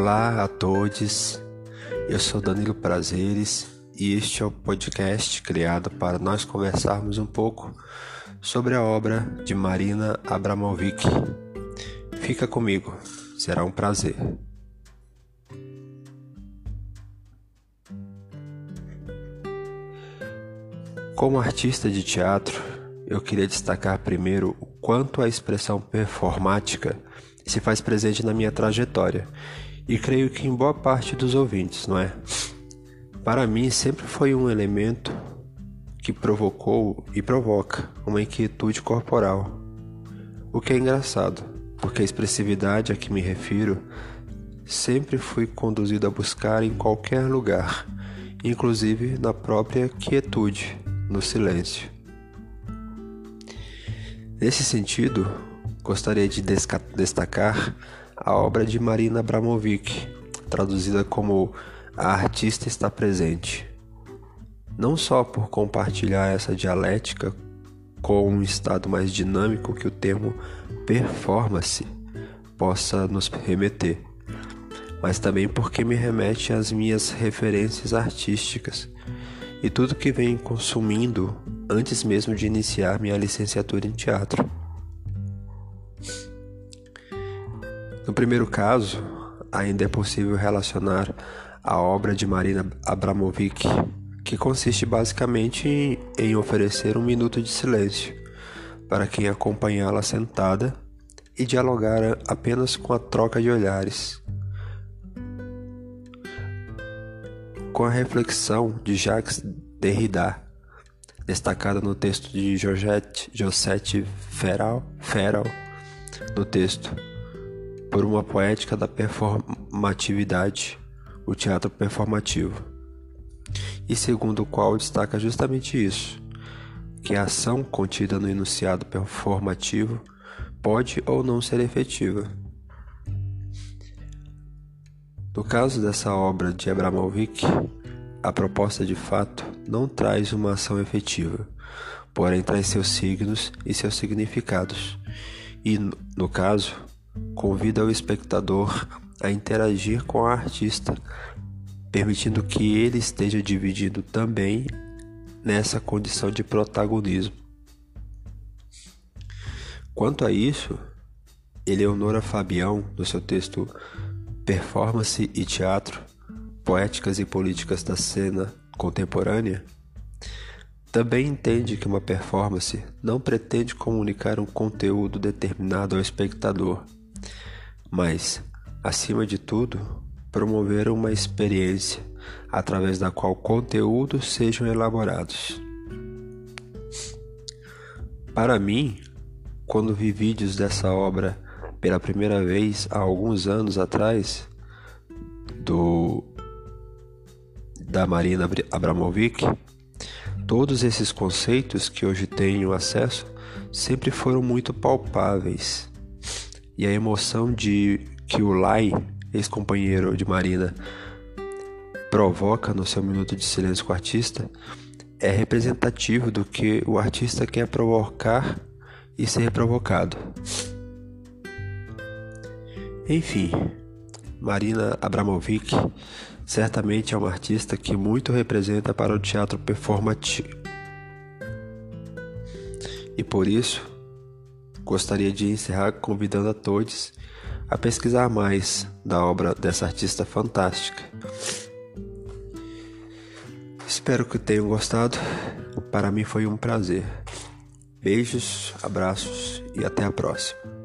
Olá a todos, eu sou Danilo Prazeres e este é o podcast criado para nós conversarmos um pouco sobre a obra de Marina Abramovic. Fica comigo, será um prazer. Como artista de teatro, eu queria destacar primeiro o quanto a expressão performática se faz presente na minha trajetória, e creio que em boa parte dos ouvintes, não é? Para mim, sempre foi um elemento que provocou e provoca uma inquietude corporal, o que é engraçado, porque a expressividade a que me refiro sempre fui conduzido a buscar em qualquer lugar, inclusive na própria quietude, no silêncio. Nesse sentido, gostaria de destacar a obra de Marina Abramovic, traduzida como A Artista Está Presente. Não só por compartilhar essa dialética com um estado mais dinâmico que o termo performance possa nos remeter, mas também porque me remete às minhas referências artísticas e tudo que venho consumindo antes mesmo de iniciar minha licenciatura em teatro. No primeiro caso, ainda é possível relacionar a obra de Marina Abramovic, que consiste basicamente em oferecer um minuto de silêncio para quem acompanhá-la sentada e dialogar apenas com a troca de olhares. Com a reflexão de Jacques Derrida, destacada no texto de Josette Ferral, no texto Por uma poética da performatividade, o teatro performativo, e segundo o qual destaca justamente isso, que a ação contida no enunciado performativo pode ou não ser efetiva. No caso dessa obra de Abramovic, a proposta de fato não traz uma ação efetiva, porém traz seus signos e seus significados, e, no caso, convida o espectador a interagir com o artista, permitindo que ele esteja dividido também nessa condição de protagonismo. Quanto a isso, Eleonora Fabião, no seu texto Performance e Teatro, Poéticas e Políticas da Cena Contemporânea, também entende que uma performance não pretende comunicar um conteúdo determinado ao espectador, mas, acima de tudo, promover uma experiência através da qual conteúdos sejam elaborados. Para mim, quando vi vídeos dessa obra pela primeira vez há alguns anos atrás, da Marina Abramovic, todos esses conceitos que hoje tenho acesso sempre foram muito palpáveis. E a emoção que o Lai, ex-companheiro de Marina, provoca no seu minuto de silêncio com o artista é representativo do que o artista quer provocar e ser provocado. Enfim, Marina Abramovic certamente é uma artista que muito representa para o teatro performativo. E por isso, gostaria de encerrar convidando a todos a pesquisar mais da obra dessa artista fantástica. Espero que tenham gostado. Para mim foi um prazer. Beijos, abraços e até a próxima.